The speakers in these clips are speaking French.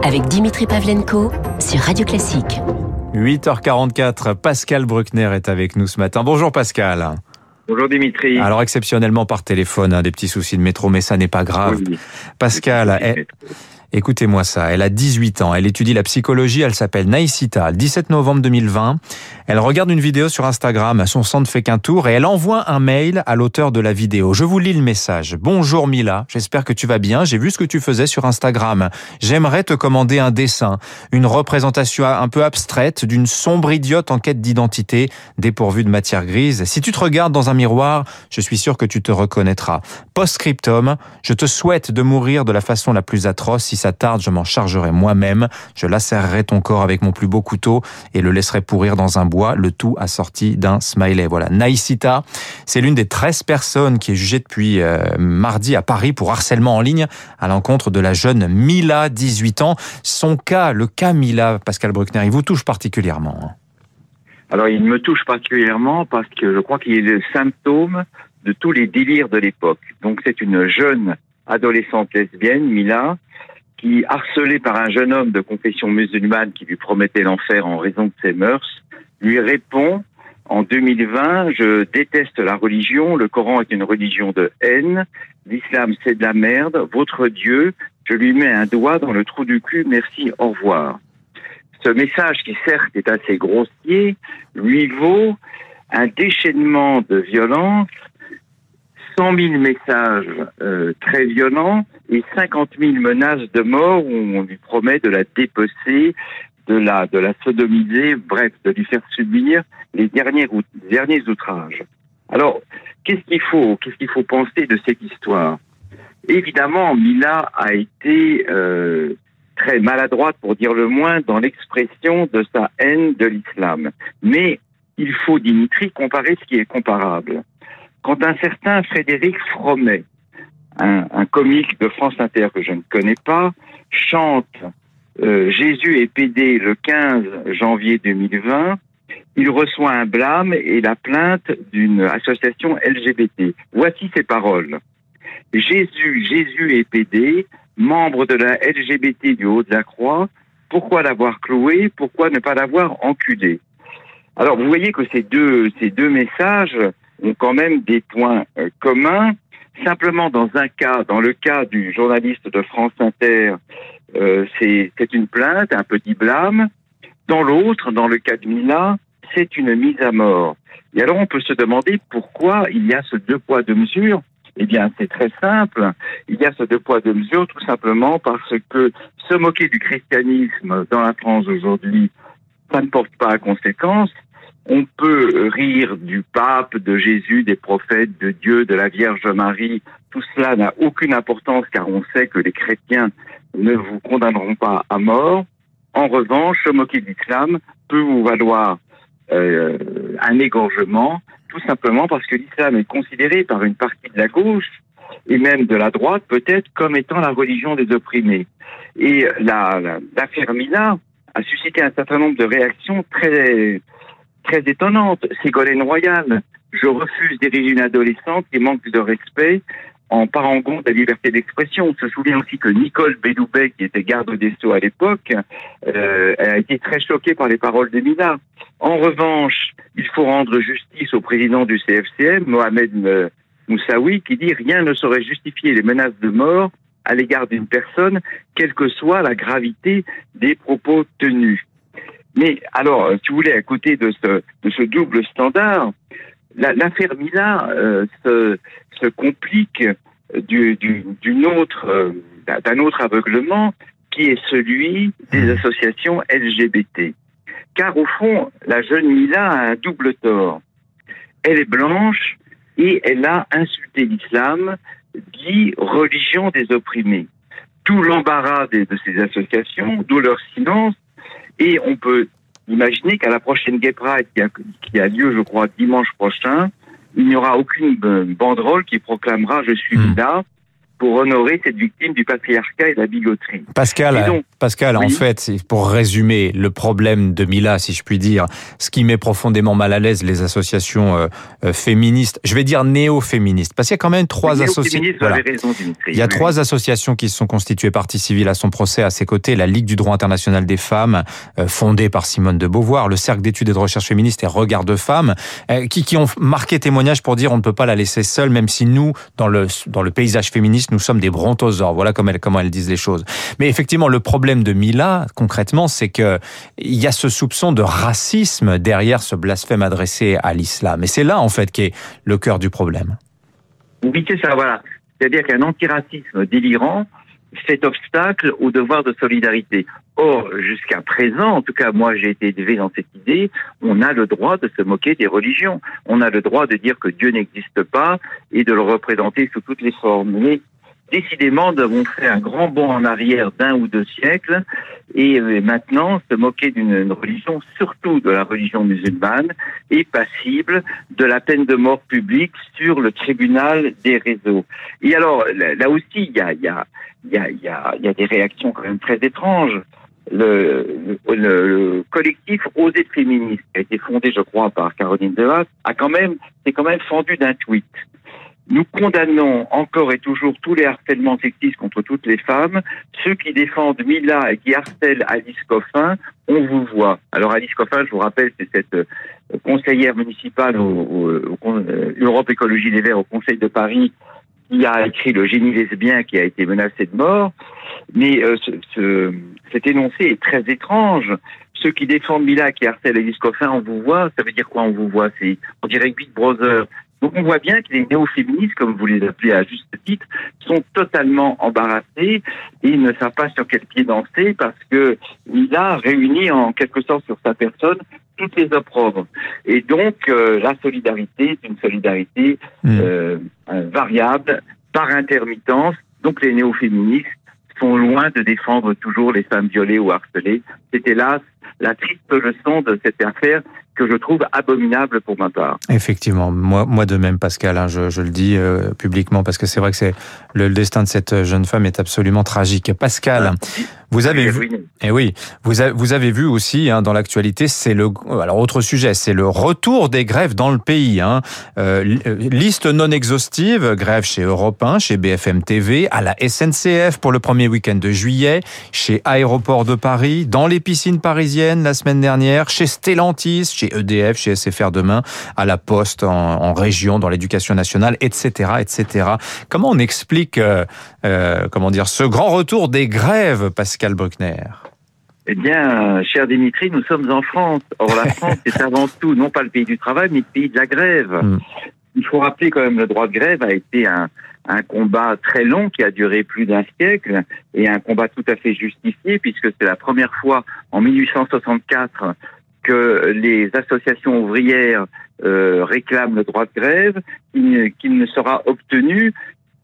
avec Dimitri Pavlenko sur Radio Classique. 8h44, Pascal Bruckner est avec nous ce matin. Bonjour Pascal. Bonjour Dimitri. Alors exceptionnellement par téléphone, des petits soucis de métro, mais ça n'est pas grave. Oui. Pascal, écoutez-moi ça, elle a 18 ans, elle étudie la psychologie, elle s'appelle Naïcita. Le 17 novembre 2020, elle regarde une vidéo sur Instagram, son sang ne fait qu'un tour, et elle envoie un mail à l'auteur de la vidéo. Je vous lis le message. Bonjour Mila, j'espère que tu vas bien, j'ai vu ce que tu faisais sur Instagram. J'aimerais te commander un dessin, une représentation un peu abstraite d'une sombre idiote en quête d'identité, dépourvue de matière grise. Si tu te regardes dans un miroir, je suis sûr que tu te reconnaîtras. Post-scriptum, je te souhaite de mourir de la façon la plus atroce. Si ça tarde, je m'en chargerai moi-même. Je lacérerai ton corps avec mon plus beau couteau et le laisserai pourrir dans un bois, le tout assorti d'un smiley. Voilà. Naïcita, c'est l'une des 13 personnes qui est jugée depuis mardi à Paris pour harcèlement en ligne à l'encontre de la jeune Mila, 18 ans. Son cas, le cas Mila, Pascal Bruckner, il vous touche particulièrement. Alors, il me touche particulièrement parce que je crois qu'il est le symptôme de tous les délires de l'époque. Donc, c'est une jeune adolescente lesbienne, Mila, qui, harcelée par un jeune homme de confession musulmane qui lui promettait l'enfer en raison de ses mœurs, lui répond en 2020 « Je déteste la religion, le Coran est une religion de haine, l'islam c'est de la merde, votre Dieu, je lui mets un doigt dans le trou du cul, merci, au revoir ». Ce message, qui certes est assez grossier, lui vaut un déchaînement de violence, 100 000 messages très violents et 50 000 menaces de mort où on lui promet de la dépecer, de la sodomiser, bref, de lui faire subir les derniers outrages. Alors, qu'est-ce qu'il faut penser de cette histoire ? Évidemment, Mila a été très maladroite, pour dire le moins, dans l'expression de sa haine de l'islam. Mais il faut, Dimitri, comparer ce qui est comparable. Quand un certain Frédéric Fromet, un comique de France Inter que je ne connais pas, chante Jésus est pédé le 15 janvier 2020, il reçoit un blâme et la plainte d'une association LGBT. Voici ses paroles. Jésus est pédé, membre de la LGBT du haut de la croix, pourquoi l'avoir cloué, pourquoi ne pas l'avoir enculé? Alors vous voyez que ces deux messages ont quand même des points communs. Simplement dans le cas du journaliste de France Inter, c'est une plainte, un petit blâme. Dans l'autre, dans le cas de Mila, c'est une mise à mort. Et alors on peut se demander pourquoi il y a ce deux poids deux mesures. Eh bien c'est très simple, il y a ce deux poids deux mesures tout simplement parce que se moquer du christianisme dans la France aujourd'hui, ça ne porte pas à conséquence. On peut rire du pape, de Jésus, des prophètes, de Dieu, de la Vierge Marie. Tout cela n'a aucune importance car on sait que les chrétiens ne vous condamneront pas à mort. En revanche, se moquer de l'islam peut vous valoir un égorgement, tout simplement parce que l'islam est considéré par une partie de la gauche et même de la droite peut-être comme étant la religion des opprimés. Et l'affaire Mila a suscité un certain nombre de réactions très étonnante. Ségolène Royal, je refuse d'ériger une adolescente qui manque de respect en parangon de la liberté d'expression. On se souvient aussi que Nicole Belloubet, qui était garde des Sceaux à l'époque, elle a été très choquée par les paroles de Mila. En revanche, il faut rendre justice au président du CFCM, Mohamed Moussaoui, qui dit « Rien ne saurait justifier les menaces de mort à l'égard d'une personne, quelle que soit la gravité des propos tenus ». Mais alors, si vous voulez, à côté de ce double standard, l'affaire Mila se complique d'un autre aveuglement qui est celui des associations LGBT. Car au fond, la jeune Mila a un double tort. Elle est blanche et elle a insulté l'islam, dit religion des opprimés. Tout l'embarras de ces associations, d'où leur silence. Et on peut imaginer qu'à la prochaine Gay Pride qui a lieu, je crois, dimanche prochain, il n'y aura aucune banderole qui proclamera « Je suis Mila », pour honorer cette victime du patriarcat et de la bigoterie. Pascal, oui. En fait, pour résumer le problème de Mila, si je puis dire, ce qui met profondément mal à l'aise les associations féministes, je vais dire néo-féministes, parce qu'il y a quand même trois associations. Voilà. Raison, Dimitri. Il y a trois associations qui se sont constituées partie civile à son procès. À ses côtés, la Ligue du droit international des femmes, fondée par Simone de Beauvoir, le Cercle d'études et de recherche féministes et Regard de femmes, qui ont marqué témoignage pour dire on ne peut pas la laisser seule, même si nous, dans le paysage féministe, nous sommes des brontosaures. Voilà comment elles disent les choses. Mais effectivement, le problème de Mila, concrètement, c'est que il y a ce soupçon de racisme derrière ce blasphème adressé à l'islam. Et c'est là, en fait, qui est le cœur du problème. Oui, c'est ça, voilà. C'est-à-dire qu'un antiracisme délirant fait obstacle au devoir de solidarité. Or, jusqu'à présent, en tout cas, moi, j'ai été élevé dans cette idée, on a le droit de se moquer des religions. On a le droit de dire que Dieu n'existe pas et de le représenter sous toutes les formes. Mais décidément, nous avons fait un grand bond en arrière d'1 ou 2 siècles et maintenant, se moquer d'une religion, surtout de la religion musulmane, est passible de la peine de mort publique sur le tribunal des réseaux. Et alors, là aussi, il y a des réactions quand même très étranges. Le collectif Oser féministe, qui a été fondé, je crois, par Caroline Dehaas, s'est quand même fendu d'un tweet. Nous condamnons encore et toujours tous les harcèlements sexistes contre toutes les femmes. Ceux qui défendent Mila et qui harcèlent Alice Coffin, on vous voit. Alors Alice Coffin, je vous rappelle, c'est cette conseillère municipale Europe Écologie Les Verts au Conseil de Paris qui a écrit Le génie lesbien qui a été menacé de mort. Mais cet énoncé est très étrange. Ceux qui défendent Mila et qui harcèlent Alice Coffin, on vous voit. Ça veut dire quoi, on vous voit? On dirait Big Brother. Donc on voit bien que les néo-féministes, comme vous les appelez à juste titre, sont totalement embarrassés et ne savent pas sur quel pied danser parce que Mila réunit en quelque sorte sur sa personne toutes les opprobres. Et donc la solidarité est une solidarité variable, par intermittence. Donc les néo-féministes sont loin de défendre toujours les femmes violées ou harcelées. C'est hélas la triste leçon de cette affaire que je trouve abominable pour ma part. Effectivement, moi de même, Pascal, hein, je le dis publiquement parce que c'est vrai que c'est le destin de cette jeune femme est absolument tragique. Pascal, vous avez vu, vous avez vu aussi hein, dans l'actualité, alors autre sujet, c'est le retour des grèves dans le pays. Hein. Liste non exhaustive, grève chez Europe 1, chez BFM TV, à la SNCF pour le premier week-end de juillet, chez Aéroports de Paris, dans les piscines parisiennes la semaine dernière, chez Stellantis, chez EDF, chez SFR demain, à la Poste, en région, dans l'éducation nationale, etc., etc. Comment on explique, ce grand retour des grèves, Pascal Bruckner? Eh bien, cher Dimitri, nous sommes en France. Or, la France est avant tout, non pas le pays du travail, mais le pays de la grève. Il faut rappeler quand même, le droit de grève a été un combat très long qui a duré plus d'1 siècle et un combat tout à fait justifié puisque c'est la première fois en 1864 que les associations ouvrières réclament le droit de grève, qu'il ne sera obtenu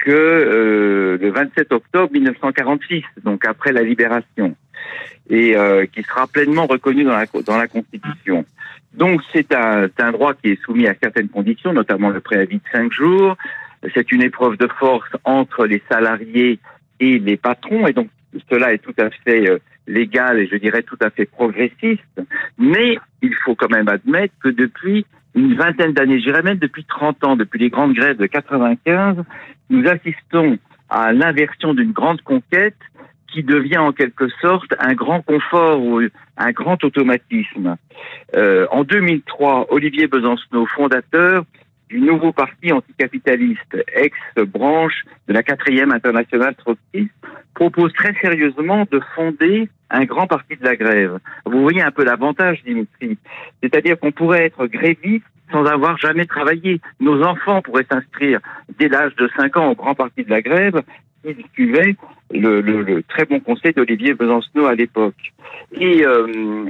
que le 27 octobre 1946, donc après la libération, et qui sera pleinement reconnu dans la Constitution. Donc c'est un droit qui est soumis à certaines conditions, notamment le préavis de 5 jours. C'est une épreuve de force entre les salariés et les patrons, et donc cela est tout à fait légal et je dirais tout à fait progressiste. Mais il faut quand même admettre que depuis une vingtaine d'années, je dirais même depuis 30 ans, depuis les grandes grèves de 95, nous assistons à l'inversion d'une grande conquête qui devient en quelque sorte un grand confort ou un grand automatisme. En 2003, Olivier Besancenot, fondateur du nouveau parti anticapitaliste, ex-branche de la 4e internationale trotskiste, propose très sérieusement de fonder un grand parti de la grève. Vous voyez un peu l'avantage, Dimitri. C'est-à-dire qu'on pourrait être gréviste sans avoir jamais travaillé. Nos enfants pourraient s'inscrire dès l'âge de 5 ans au grand parti de la grève s'ils suivaient le très bon conseil d'Olivier Besancenot à l'époque. Et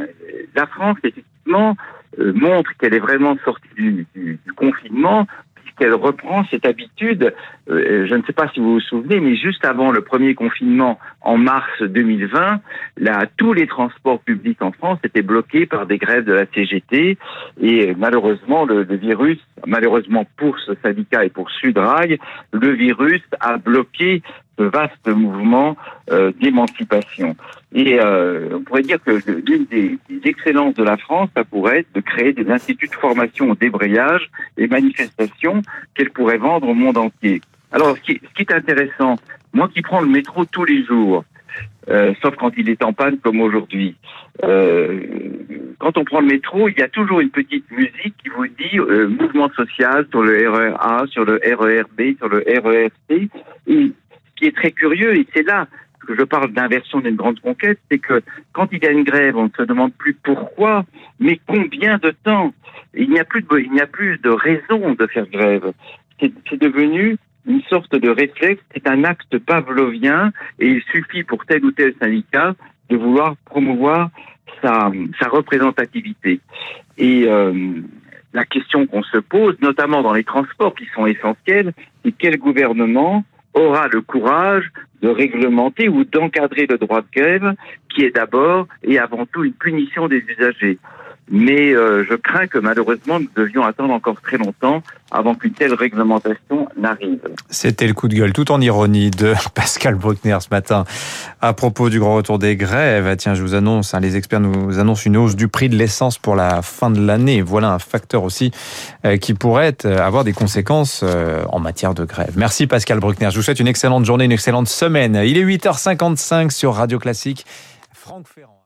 la France, effectivement, montre qu'elle est vraiment sortie du confinement, qu'elle reprend cette habitude. Je ne sais pas si vous vous souvenez, mais juste avant le premier confinement en mars 2020, tous les transports publics en France étaient bloqués par des grèves de la CGT et malheureusement le virus, malheureusement pour ce syndicat et pour Sudrail, le virus a bloqué ce vaste mouvement d'émancipation. Et on pourrait dire que l'une des excellences de la France, ça pourrait être de créer des instituts de formation au débrayage et manifestations qu'elle pourrait vendre au monde entier. Alors, ce qui est intéressant, moi qui prends le métro tous les jours, sauf quand il est en panne comme aujourd'hui, quand on prend le métro, il y a toujours une petite musique qui vous dit mouvement social sur le RER A, sur le RER B, sur le RER C. Et ce qui est très curieux, et c'est là que je parle d'inversion d'une grande conquête, c'est que quand il y a une grève, on ne se demande plus pourquoi, mais combien de temps. Il n'y a plus de raison de faire grève. C'est devenu une sorte de réflexe, c'est un acte pavlovien, et il suffit pour tel ou tel syndicat de vouloir promouvoir sa représentativité. Et la question qu'on se pose, notamment dans les transports qui sont essentiels, c'est quel gouvernement aura le courage de réglementer ou d'encadrer le droit de grève, qui est d'abord et avant tout une punition des usagers. Mais je crains que malheureusement nous devions attendre encore très longtemps avant qu'une telle réglementation n'arrive. C'était le coup de gueule tout en ironie de Pascal Bruckner ce matin à propos du grand retour des grèves. Tiens, je vous annonce, les experts nous annoncent une hausse du prix de l'essence pour la fin de l'année. Voilà un facteur aussi qui pourrait avoir des conséquences en matière de grève. Merci Pascal Bruckner. Je vous souhaite une excellente journée, une excellente semaine. Il est 8h55 sur Radio Classique. Franck Ferrand.